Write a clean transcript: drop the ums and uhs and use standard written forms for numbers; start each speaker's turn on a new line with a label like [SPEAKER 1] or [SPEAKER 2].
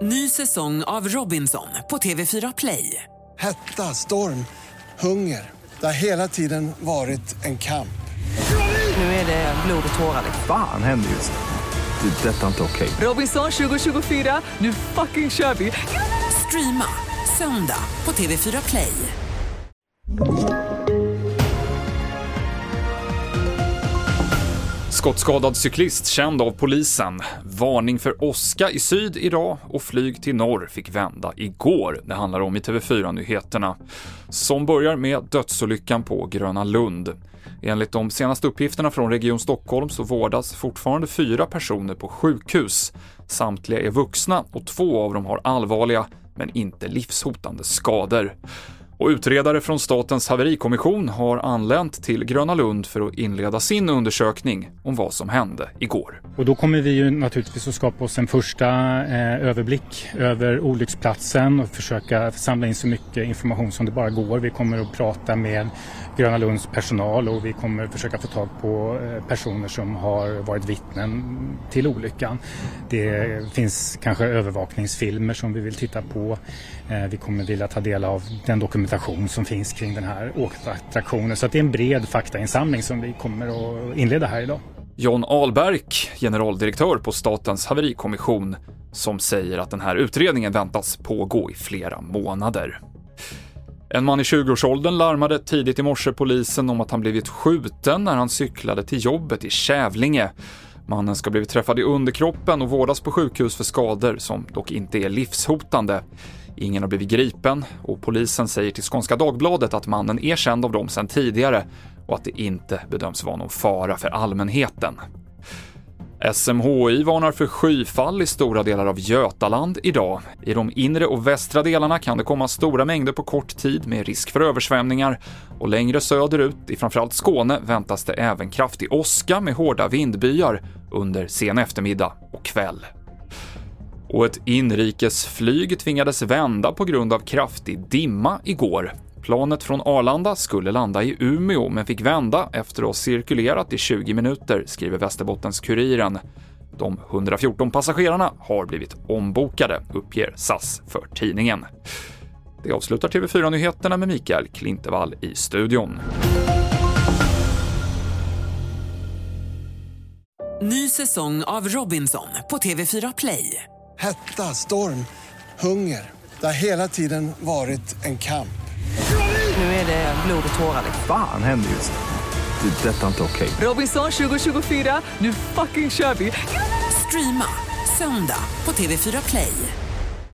[SPEAKER 1] Ny säsong av Robinson på TV4 Play.
[SPEAKER 2] Hetta, storm, hunger. Det har hela tiden varit en kamp.
[SPEAKER 1] Nu är det blod och tårar.
[SPEAKER 3] Fan händer just nu. Det. Detta är inte okej.
[SPEAKER 1] Robinson 2024, nu fucking kör vi. Streama söndag på TV4 Play.
[SPEAKER 4] Skottskadad cyklist känd av polisen. Varning för åska i syd idag och flyg till norr fick vända igår. Det handlar om i TV4-nyheterna. Som börjar med dödsolyckan på Gröna Lund. Enligt de senaste uppgifterna från Region Stockholm så vårdas fortfarande 4 personer på sjukhus. Samtliga är vuxna och 2 av dem har allvarliga men inte livshotande skador. Och utredare från Statens haverikommission har anlänt till Gröna Lund för att inleda sin undersökning om vad som hände igår.
[SPEAKER 5] Och då kommer vi ju naturligtvis att skapa oss en första överblick över olycksplatsen och försöka samla in så mycket information som det bara går. Vi kommer att prata med Gröna Lunds personal och vi kommer försöka få tag på personer som har varit vittnen till olyckan. Det finns kanske övervakningsfilmer som vi vill titta på. Vi kommer vilja ta del av den dokumentation som finns kring den här åkattraktionen. Så att det är en bred faktainsamling som vi kommer att inleda här idag.
[SPEAKER 4] John Ahlberg, generaldirektör på Statens haverikommission, som säger att den här utredningen väntas pågå i flera månader. En man i 20-årsåldern larmade tidigt i morse polisen om att han blivit skjuten när han cyklade till jobbet i Kävlinge. Mannen ska blivit träffad i underkroppen och vårdas på sjukhus för skador som dock inte är livshotande. Ingen har blivit gripen och polisen säger till Skånska Dagbladet att mannen är känd av dem sedan tidigare och att det inte bedöms vara någon fara för allmänheten. SMHI varnar för skyfall i stora delar av Götaland idag. I de inre och västra delarna kan det komma stora mängder på kort tid med risk för översvämningar. Och längre söderut, i framförallt Skåne, väntas det även kraftig åska med hårda vindbyar under sen eftermiddag och kväll. Och ett inrikesflyg tvingades vända på grund av kraftig dimma igår. Planet från Arlanda skulle landa i Umeå men fick vända efter att ha cirkulerat i 20 minuter, skriver Västerbottens-Kuriren. De 114 passagerarna har blivit ombokade, uppger SAS för tidningen. Det avslutar TV4-nyheterna med Mikael Klintevall i studion.
[SPEAKER 1] Ny säsong av Robinson på TV4 Play.
[SPEAKER 2] Hetta, storm, hunger. Det har hela tiden varit en kamp.
[SPEAKER 1] Nu är det blod och tårar.
[SPEAKER 3] Fan händer just nu. Det. Detta är inte okej.
[SPEAKER 1] Robinson 2024, nu fucking kör vi. Streama söndag på TV4 Play.